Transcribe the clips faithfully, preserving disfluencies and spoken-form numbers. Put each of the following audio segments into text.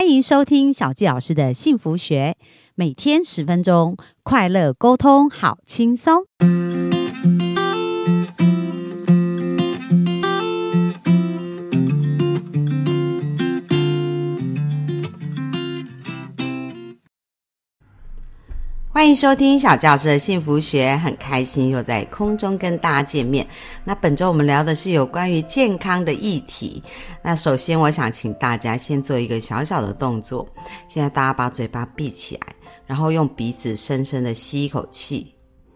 欢迎收听小纪老师的幸福学，每天十分钟，快乐沟通，好轻松。欢迎收听小纪老师的幸福学，很开心又在空中跟大家见面。那本周我们聊的是有关于健康的议题。那首先我想请大家先做一个小小的动作，现在大家把嘴巴闭起来，然后用鼻子深深的吸一口气。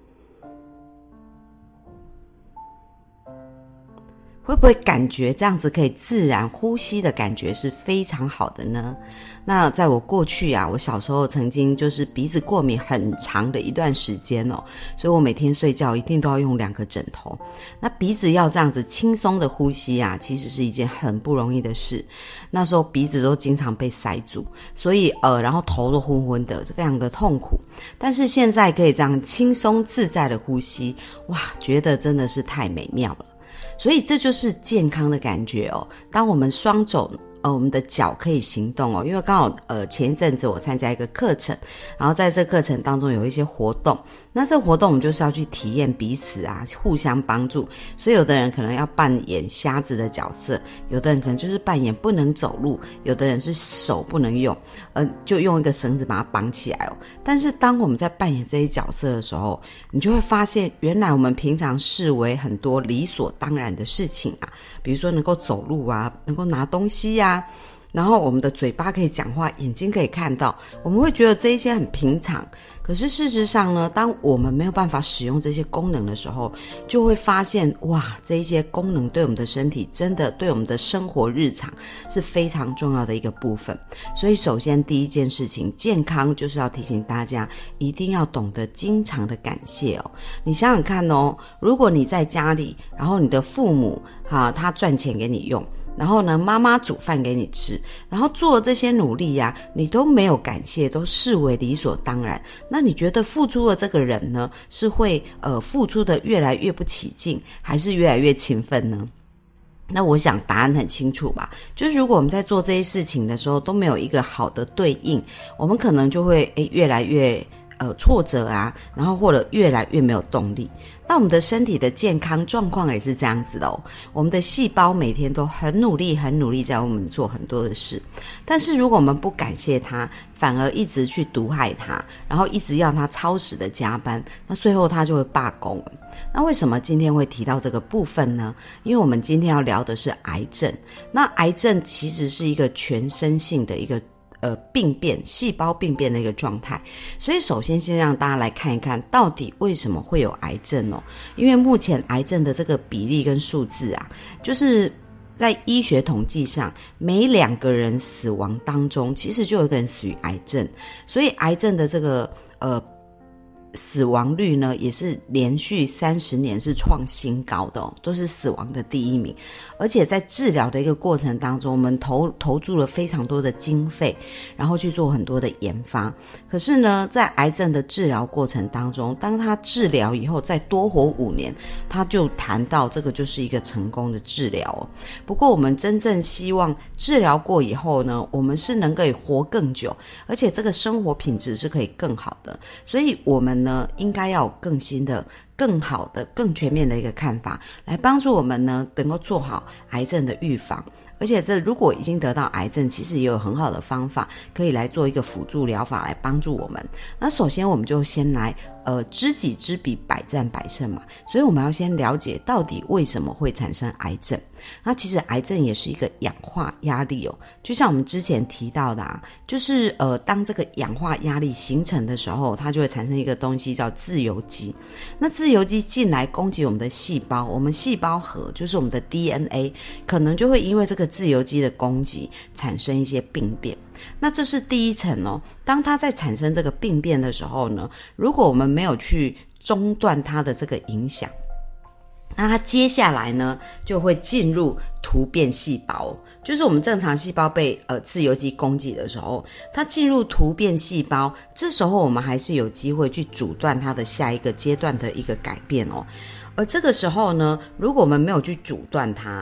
会不会感觉这样子可以自然呼吸的感觉是非常好的呢？那在我过去啊，我小时候曾经就是鼻子过敏很长的一段时间哦，所以我每天睡觉一定都要用两个枕头。那鼻子要这样子轻松的呼吸啊，其实是一件很不容易的事。那时候鼻子都经常被塞住，所以呃，然后头都昏昏的，是非常的痛苦。但是现在可以这样轻松自在的呼吸，哇，觉得真的是太美妙了。所以这就是健康的感觉哦。当我们双手呃，我们的脚可以行动哦，因为刚好呃前一阵子我参加一个课程，然后在这个课程当中有一些活动，那这个活动我们就是要去体验彼此啊，互相帮助。所以有的人可能要扮演瞎子的角色，有的人可能就是扮演不能走路，有的人是手不能用，呃，就用一个绳子把它绑起来哦。但是当我们在扮演这些角色的时候，你就会发现，原来我们平常视为很多理所当然的事情啊，比如说能够走路啊，能够拿东西啊，然后我们的嘴巴可以讲话，眼睛可以看到，我们会觉得这一些很平常。可是事实上呢，当我们没有办法使用这些功能的时候，就会发现哇，这一些功能对我们的身体真的对我们的生活日常是非常重要的一个部分。所以首先第一件事情，健康就是要提醒大家一定要懂得经常的感谢哦。你想想看哦，如果你在家里，然后你的父母啊，他赚钱给你用，然后呢，妈妈煮饭给你吃，然后做这些努力呀、啊，你都没有感谢，都视为理所当然。那你觉得付出的这个人呢，是会呃付出的越来越不起劲，还是越来越勤奋呢？那我想答案很清楚吧，就是如果我们在做这些事情的时候都没有一个好的对应，我们可能就会诶越来越呃挫折啊，然后或者越来越没有动力。那我们的身体的健康状况也是这样子的哦，我们的细胞每天都很努力很努力在为我们做很多的事，但是如果我们不感谢它，反而一直去毒害它，然后一直要它超时的加班，那最后它就会罢工了。那为什么今天会提到这个部分呢？因为我们今天要聊的是癌症。那癌症其实是一个全身性的一个呃，病变，细胞病变的一个状态。所以首先先让大家来看一看，到底为什么会有癌症哦？因为目前癌症的这个比例跟数字啊，就是在医学统计上，每两个人死亡当中，其实就有一个人死于癌症。所以癌症的这个呃死亡率呢，也是连续三十年是创新高的哦，都是死亡的第一名。而且在治疗的一个过程当中，我们投投注了非常多的经费，然后去做很多的研发。可是呢，在癌症的治疗过程当中，当他治疗以后再多活五年，他就谈到这个就是一个成功的治疗哦。不过我们真正希望治疗过以后呢，我们是能够活更久，而且这个生活品质是可以更好的。所以我们呢，应该要有更新的、更好的、更全面的一个看法，来帮助我们呢，能够做好癌症的预防。而且这如果已经得到癌症，其实也有很好的方法可以来做一个辅助疗法来帮助我们。那首先我们就先来呃知己知彼，百战百胜嘛，所以我们要先了解到底为什么会产生癌症。那其实癌症也是一个氧化压力哦，就像我们之前提到的啊，就是呃当这个氧化压力形成的时候，它就会产生一个东西叫自由基。那自由基进来攻击我们的细胞，我们细胞核就是我们的 D N A， 可能就会因为这个自由基的攻击产生一些病变。那这是第一层哦，当它在产生这个病变的时候呢，如果我们没有去中断它的这个影响，那它接下来呢就会进入突变细胞，就是我们正常细胞被呃自由基攻击的时候，它进入突变细胞，这时候我们还是有机会去阻断它的下一个阶段的一个改变哦。而这个时候呢，如果我们没有去阻断它，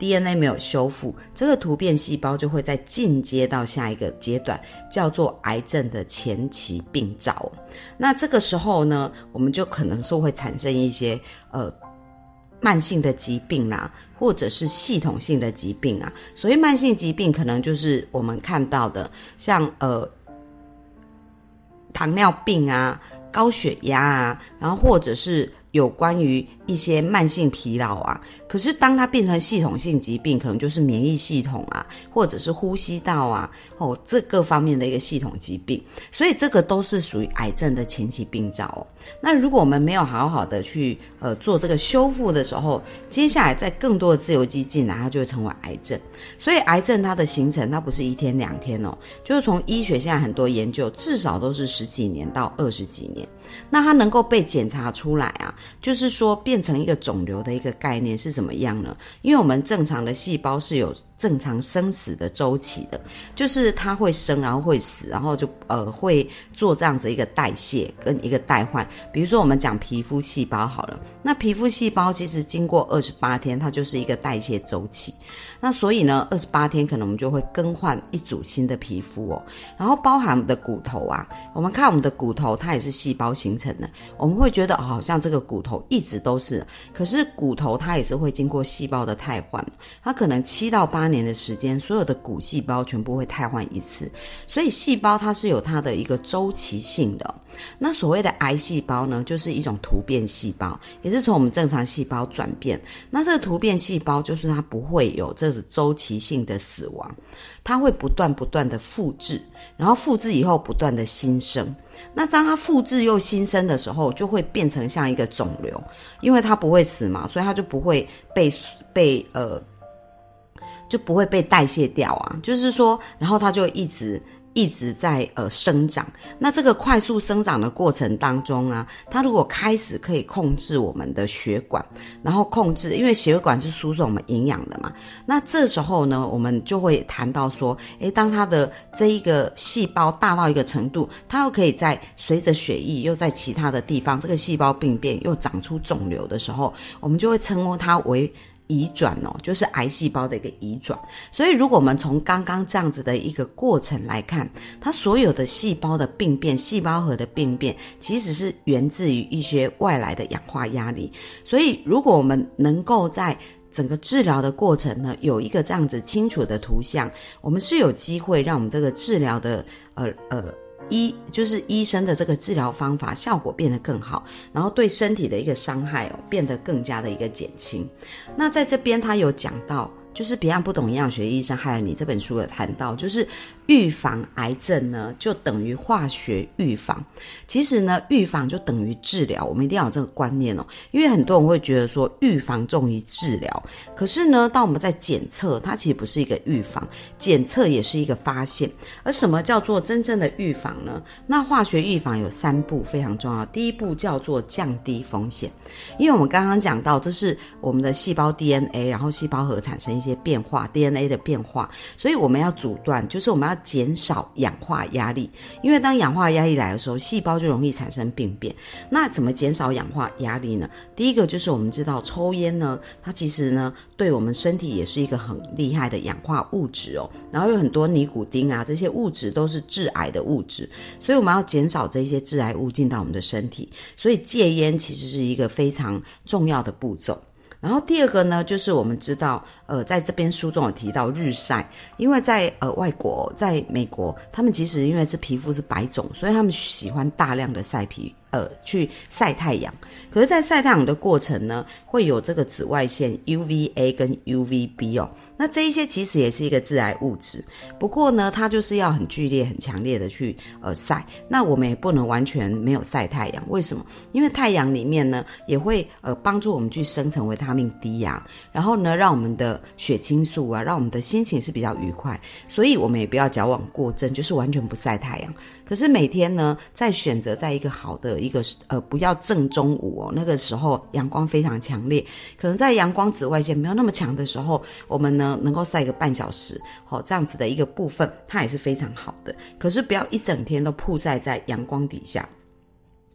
D N A 没有修复，这个突变细胞就会再进阶到下一个阶段，叫做癌症的前期病灶。那这个时候呢，我们就可能说会产生一些呃慢性的疾病啦，或者是系统性的疾病啊。所谓慢性疾病，可能就是我们看到的，像呃糖尿病啊、高血压啊，然后或者是有关于一些慢性疲劳啊。可是当它变成系统性疾病，可能就是免疫系统啊，或者是呼吸道啊，哦，这各方面的一个系统疾病。所以这个都是属于癌症的前期病灶哦。那如果我们没有好好的去呃做这个修复的时候，接下来在更多的自由基进来，它就会成为癌症。所以癌症它的形成，它不是一天两天哦，就是从医学现在很多研究，至少都是十几年到二十几年。那它能够被检查出来啊，就是说变成一个肿瘤的一个概念是怎么样呢？因为我们正常的细胞是有正常生死的周期的，就是它会生，然后会死，然后就呃会做这样子一个代谢跟一个代换。比如说我们讲皮肤细胞好了，那皮肤细胞其实经过二十八天，它就是一个代谢周期。那所以呢，二十八天可能我们就会更换一组新的皮肤哦。然后包含我们的骨头啊，我们看我们的骨头，它也是细胞形成的。我们会觉得、哦、好像这个骨头一直都是，可是骨头它也是会经过细胞的汰换，它可能七到八年的时间，所有的骨细胞全部会汰换一次。所以细胞它是有它的一个周期性的、哦。那所谓的癌细胞呢，就是一种突变细胞，也是从我们正常细胞转变。那这个突变细胞就是它不会有这种周期性的死亡，它会不断不断的复制，然后复制以后不断的新生。那当它复制又新生的时候，就会变成像一个肿瘤，因为它不会死嘛，所以它就不会被被呃就不会被代谢掉啊，就是说，然后它就一直一直在呃生长。那这个快速生长的过程当中啊，它如果开始可以控制我们的血管，然后控制，因为血管是输送我们营养的嘛，那这时候呢，我们就会谈到说，诶，当它的这一个细胞大到一个程度，它又可以在随着血液又在其他的地方，这个细胞病变又长出肿瘤的时候，我们就会称呼它为移转哦，就是癌细胞的一个移转。所以如果我们从刚刚这样子的一个过程来看，它所有的细胞的病变，细胞核的病变，其实是源自于一些外来的氧化压力。所以如果我们能够在整个治疗的过程呢，有一个这样子清楚的图像，我们是有机会让我们这个治疗的呃呃医就是医生的这个治疗方法效果变得更好，然后对身体的一个伤害哦变得更加的一个减轻。那在这边他有讲到，就是别样不懂营养学医生害了你这本书有谈到，就是预防癌症呢就等于化学预防。其实呢，预防就等于治疗，我们一定要有这个观念哦。因为很多人会觉得说预防重于治疗，可是呢，当我们在检测，它其实不是一个预防，检测也是一个发现。而什么叫做真正的预防呢？那化学预防有三步非常重要。第一步叫做降低风险，因为我们刚刚讲到，这是我们的细胞 D N A， 然后细胞核产生一些变化 D N A 的变化，所以我们要阻断，就是我们要减少氧化压力。因为当氧化压力来的时候，细胞就容易产生病变。那怎么减少氧化压力呢？第一个就是我们知道抽烟呢，它其实呢对我们身体也是一个很厉害的氧化物质哦。然后有很多尼古丁啊，这些物质都是致癌的物质，所以我们要减少这些致癌物进到我们的身体。所以戒烟其实是一个非常重要的步骤。然后第二个呢，就是我们知道，呃，在这边书中有提到日晒，因为在呃外国，在美国，他们其实因为是皮肤是白种，所以他们喜欢大量的晒皮，呃，去晒太阳。可是，在晒太阳的过程呢，会有这个紫外线 U V A 跟 U V B 哦。那这一些其实也是一个致癌物质，不过呢，它就是要很剧烈、很强烈的去呃晒。那我们也不能完全没有晒太阳，为什么？因为太阳里面呢，也会呃帮助我们去生成维他命 D 啊，然后呢，让我们的血清素啊，让我们的心情是比较愉快。所以我们也不要矫枉过正，就是完全不晒太阳。可是每天呢，在选择在一个好的一个呃，不要正中午哦，那个时候阳光非常强烈，可能在阳光紫外线没有那么强的时候，我们呢能够晒个半小时，好、哦、这样子的一个部分，它也是非常好的。可是不要一整天都曝晒在阳光底下。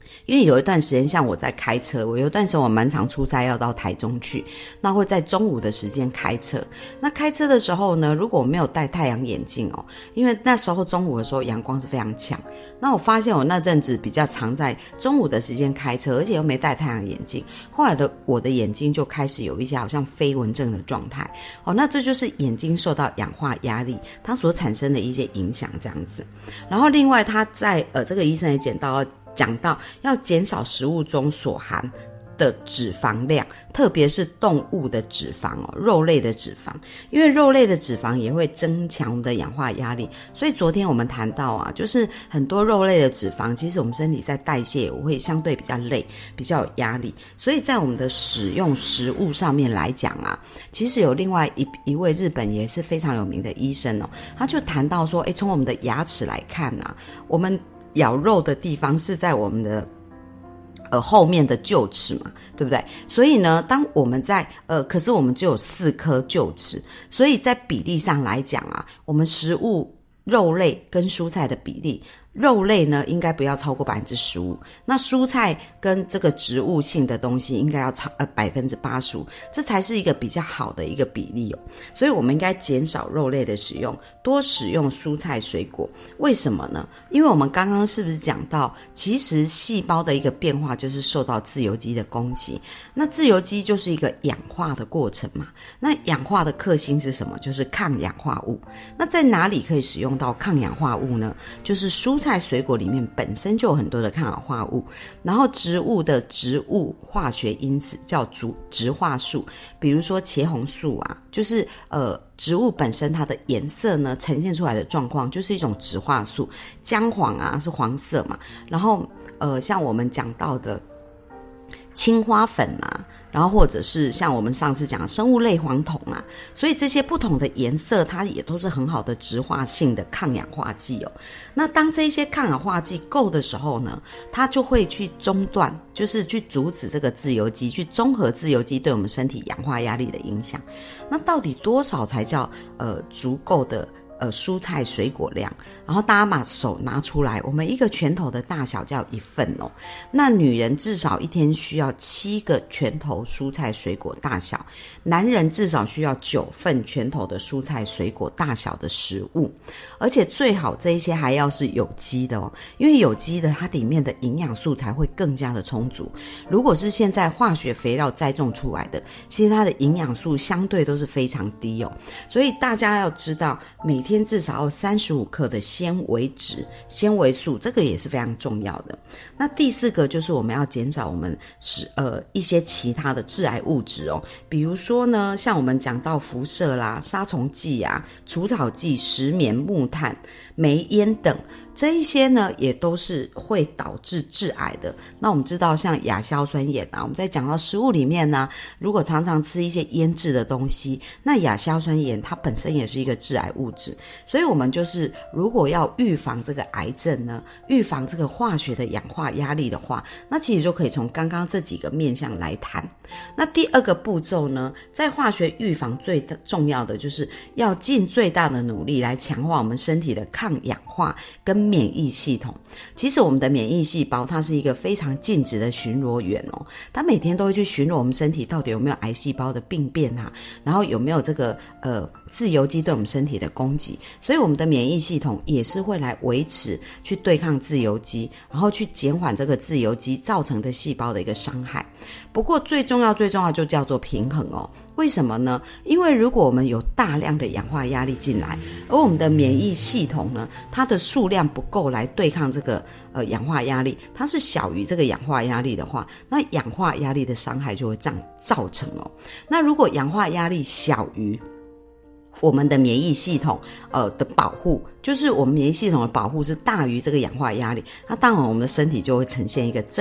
因为有一段时间像我在开车，我有一段时间我蛮常出差要到台中去，那会在中午的时间开车。那开车的时候呢，如果我没有戴太阳眼镜哦，因为那时候中午的时候阳光是非常强，那我发现我那阵子比较常在中午的时间开车，而且又没戴太阳眼镜，后来的我的眼睛就开始有一些好像飞蚊症的状态哦，那这就是眼睛受到氧化压力它所产生的一些影响这样子。然后另外他在呃这个医生也讲到讲到要减少食物中所含的脂肪量，特别是动物的脂肪哦，肉类的脂肪，因为肉类的脂肪也会增强我们的氧化压力。所以昨天我们谈到啊，就是很多肉类的脂肪，其实我们身体在代谢也会相对比较累，比较有压力。所以在我们的使用食物上面来讲啊，其实有另外一一位日本也是非常有名的医生哦，他就谈到说，诶，从我们的牙齿来看啊，我们咬肉的地方是在我们的呃后面的臼齿嘛，对不对？所以呢，当我们在呃，可是我们只有四颗臼齿，所以在比例上来讲啊，我们食物肉类跟蔬菜的比例，肉类呢应该不要超过 百分之十五， 那蔬菜跟这个植物性的东西应该要超呃 百分之八十五， 这才是一个比较好的一个比例哦。所以我们应该减少肉类的使用，多使用蔬菜水果。为什么呢？因为我们刚刚是不是讲到，其实细胞的一个变化就是受到自由基的攻击，那自由基就是一个氧化的过程嘛，那氧化的克星是什么？就是抗氧化物。那在哪里可以使用到抗氧化物呢？就是蔬菜水果里面本身就有很多的抗氧化物，然后植物的植物化学因子叫植化素，比如说茄红素啊，就是呃植物本身它的颜色呢呈现出来的状况就是一种植化素，姜黄啊是黄色嘛，然后呃像我们讲到的青花粉啊，然后或者是像我们上次讲的生物类黄酮啊，所以这些不同的颜色它也都是很好的植化性的抗氧化剂哦。那当这些抗氧化剂够的时候呢，它就会去中断，就是去阻止这个自由基，去中和自由基对我们身体氧化压力的影响。那到底多少才叫呃足够的呃蔬菜水果量？然后大家把手拿出来，我们一个拳头的大小叫一份哦。那女人至少一天需要七个拳头蔬菜水果大小，男人至少需要九份拳头的蔬菜水果大小的食物，而且最好这一些还要是有机的哦，因为有机的它里面的营养素才会更加的充足。如果是现在化学肥料栽种出来的，其实它的营养素相对都是非常低哦。所以大家要知道，每天至少要三十五克的纤维质、纤维素，这个也是非常重要的。那第四个就是我们要减少我们是呃一些其他的致癌物质哦，比如说呢，像我们讲到辐射啦、杀虫剂啊、除草剂、石棉、木炭、煤烟等，这一些呢也都是会导致致癌的。那我们知道像亚硝酸盐啊，我们在讲到食物里面呢，如果常常吃一些腌制的东西，那亚硝酸盐它本身也是一个致癌物质。所以我们就是如果要预防这个癌症呢，预防这个化学的氧化压力的话，那其实就可以从刚刚这几个面向来谈。那第二个步骤呢，在化学预防最重要的就是要尽最大的努力来强化我们身体的抗氧化跟免疫系统。其实我们的免疫细胞它是一个非常尽职的巡逻员哦，它每天都会去巡逻我们身体到底有没有癌细胞的病变啊，然后有没有这个呃自由基对我们身体的攻击，所以我们的免疫系统也是会来维持去对抗自由基，然后去减缓这个自由基造成的细胞的一个伤害。不过最重要最重要就叫做平衡哦。为什么呢？因为如果我们有大量的氧化压力进来，而我们的免疫系统呢，它的数量不够来对抗这个呃氧化压力，它是小于这个氧化压力的话，那氧化压力的伤害就会这样造成哦。那如果氧化压力小于我们的免疫系统呃的保护，就是我们免疫系统的保护是大于这个氧化压力，那当然我们的身体就会呈现一个正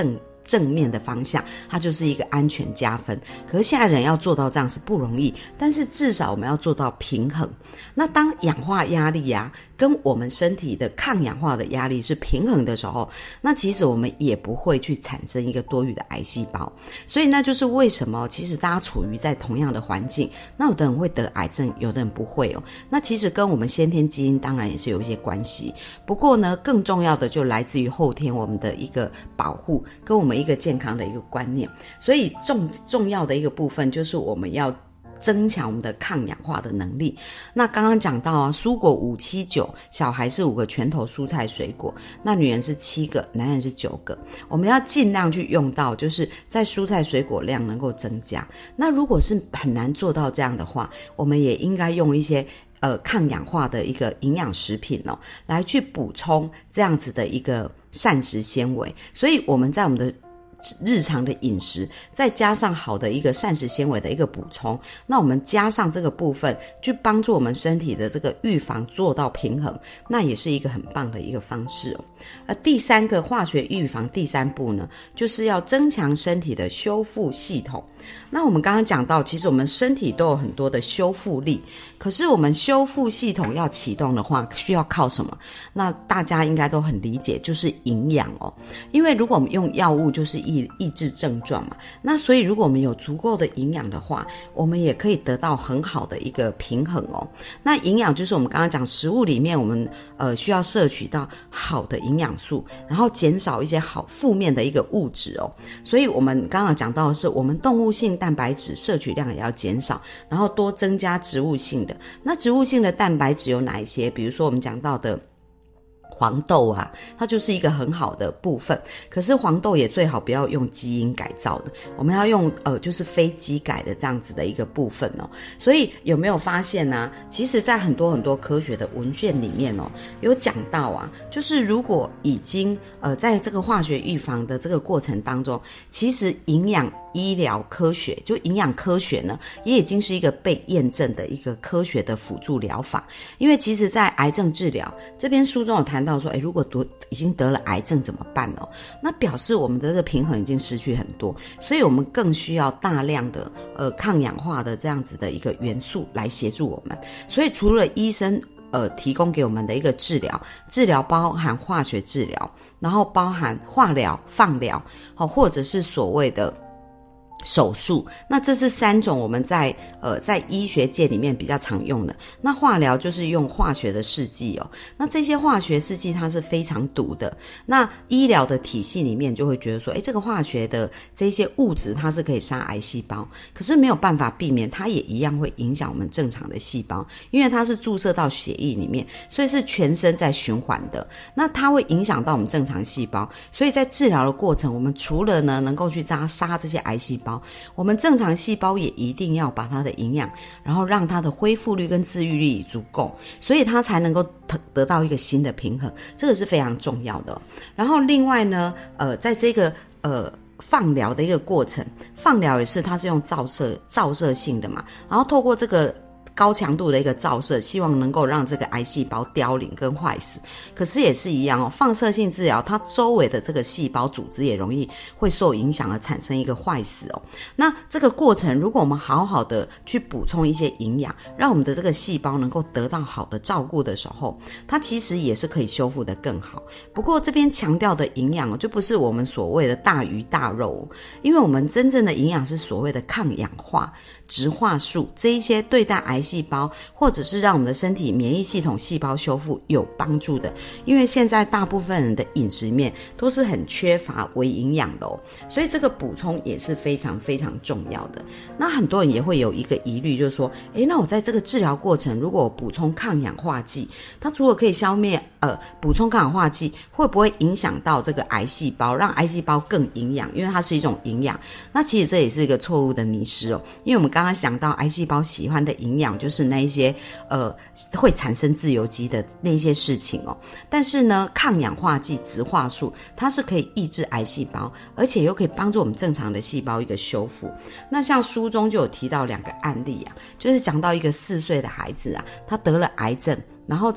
正面的方向，它就是一个安全加分。可是现在人要做到这样是不容易，但是至少我们要做到平衡。那当氧化压力啊跟我们身体的抗氧化的压力是平衡的时候，那其实我们也不会去产生一个多余的癌细胞。所以那就是为什么其实大家处于在同样的环境，那有的人会得癌症，有的人不会哦。那其实跟我们先天基因当然也是有一些关系，不过呢更重要的就来自于后天我们的一个保护跟我们一个健康的一个观念。所以重重要的一个部分就是我们要增强我们的抗氧化的能力。那刚刚讲到啊，蔬果五七九，小孩是五个拳头蔬菜水果，那女人是七个，男人是九个。我们要尽量去用到，就是在蔬菜水果量能够增加。那如果是很难做到这样的话，我们也应该用一些呃抗氧化的一个营养食品哦，来去补充这样子的一个膳食纤维。所以我们在我们的日常的饮食再加上好的一个膳食纤维的一个补充，那我们加上这个部分去帮助我们身体的这个预防做到平衡，那也是一个很棒的一个方式哦。而第三个化学预防第三步呢，就是要增强身体的修复系统。那我们刚刚讲到，其实我们身体都有很多的修复力，可是我们修复系统要启动的话，需要靠什么？那大家应该都很理解，就是营养哦。因为如果我们用药物就是抑抑制症状嘛，那所以如果我们有足够的营养的话，我们也可以得到很好的一个平衡哦。那营养就是我们刚刚讲食物里面我们呃需要摄取到好的营养素，然后减少一些好负面的一个物质哦。所以我们刚刚讲到的是，我们动物性蛋白质摄取量也要减少，然后多增加植物性的。那植物性的蛋白质有哪一些？比如说我们讲到的黄豆啊，它就是一个很好的部分。可是黄豆也最好不要用基因改造的，我们要用呃就是非基改的这样子的一个部分哦。所以有没有发现呢、啊？其实在很多很多科学的文献里面哦，有讲到啊，就是如果已经呃在这个化学预防的这个过程当中，其实营养医疗科学就营养科学呢，也已经是一个被验证的一个科学的辅助疗法。因为其实在癌症治疗这边书中有谈到说，诶，如果得已经得了癌症怎么办哦？那表示我们的这个平衡已经失去很多，所以我们更需要大量的呃抗氧化的这样子的一个元素来协助我们。所以除了医生呃提供给我们的一个治疗，治疗包含化学治疗，然后包含化疗、放疗，好，或者是所谓的手术。那这是三种我们在呃在医学界里面比较常用的。那化疗就是用化学的试剂哦，那这些化学试剂它是非常毒的。那医疗的体系里面就会觉得说，诶，这个化学的这些物质它是可以杀癌细胞，可是没有办法避免，它也一样会影响我们正常的细胞，因为它是注射到血液里面，所以是全身在循环的。那它会影响到我们正常细胞，所以在治疗的过程，我们除了呢能够去杀杀这些癌细胞，我们正常细胞也一定要把它的营养，然后让它的恢复率跟治愈率足够，所以它才能够得到一个新的平衡，这个是非常重要的哦。然后另外呢，呃，在这个呃放疗的一个过程，放疗也是它是用照射照射性的嘛，然后透过这个高强度的一个照射，希望能够让这个癌细胞凋零跟坏死。可是也是一样哦，放射性治疗它周围的这个细胞组织也容易会受影响而产生一个坏死哦。那这个过程如果我们好好的去补充一些营养，让我们的这个细胞能够得到好的照顾的时候，它其实也是可以修复得更好。不过这边强调的营养就不是我们所谓的大鱼大肉，因为我们真正的营养是所谓的抗氧化、植化素，这一些对待癌细胞或者是让我们的身体免疫系统细胞修复有帮助的。因为现在大部分人的饮食里面都是很缺乏微营养的哦，所以这个补充也是非常非常重要的。那很多人也会有一个疑虑，就是说，诶，那我在这个治疗过程如果我补充抗氧化剂，它除了可以消灭呃补充抗氧化剂，会不会影响到这个癌细胞，让癌细胞更营养？因为它是一种营养。那其实这也是一个错误的迷失哦，因为我们刚刚想到癌细胞喜欢的营养就是那一些呃会产生自由基的那些事情哦。但是呢，抗氧化剂、植化素它是可以抑制癌细胞，而且又可以帮助我们正常的细胞一个修复。那像书中就有提到两个案例啊，就是讲到一个四岁的孩子啊，他得了癌症，然后在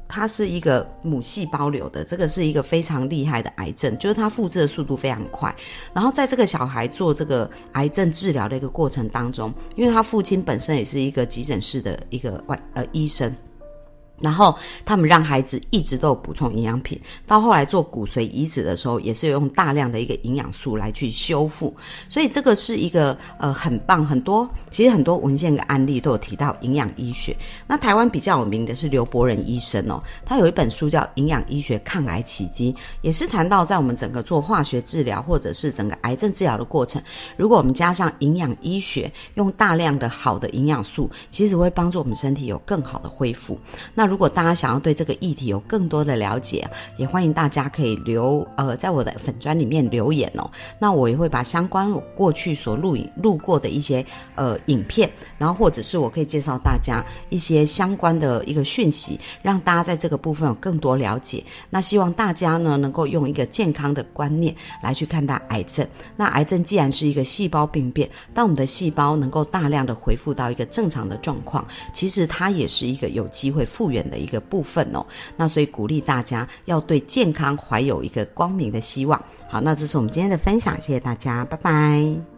它是一个母细胞瘤的，这个是一个非常厉害的癌症，就是它复制的速度非常快。然后在这个小孩做这个癌症治疗的一个过程当中，因为他父亲本身也是一个急诊室的一个外呃医生，然后他们让孩子一直都有补充营养品，到后来做骨髓移植的时候也是有用大量的一个营养素来去修复，所以这个是一个呃很棒，很多其实很多文献跟案例都有提到营养医学。那台湾比较有名的是刘伯仁医生哦，他有一本书叫《营养医学抗癌奇迹》，也是谈到在我们整个做化学治疗或者是整个癌症治疗的过程，如果我们加上营养医学，用大量的好的营养素，其实会帮助我们身体有更好的恢复。那如果大家想要对这个议题有更多的了解，也欢迎大家可以留呃在我的粉专里面留言哦。那我也会把相关我过去所录影录过的一些呃影片，然后或者是我可以介绍大家一些相关的一个讯息，让大家在这个部分有更多了解。那希望大家呢能够用一个健康的观念来去看待癌症。那癌症既然是一个细胞病变，当我们的细胞能够大量的恢复到一个正常的状况，其实它也是一个有机会复原的一个部分哦。那所以鼓励大家要对健康怀有一个光明的希望。好，那这是我们今天的分享，谢谢大家，拜拜。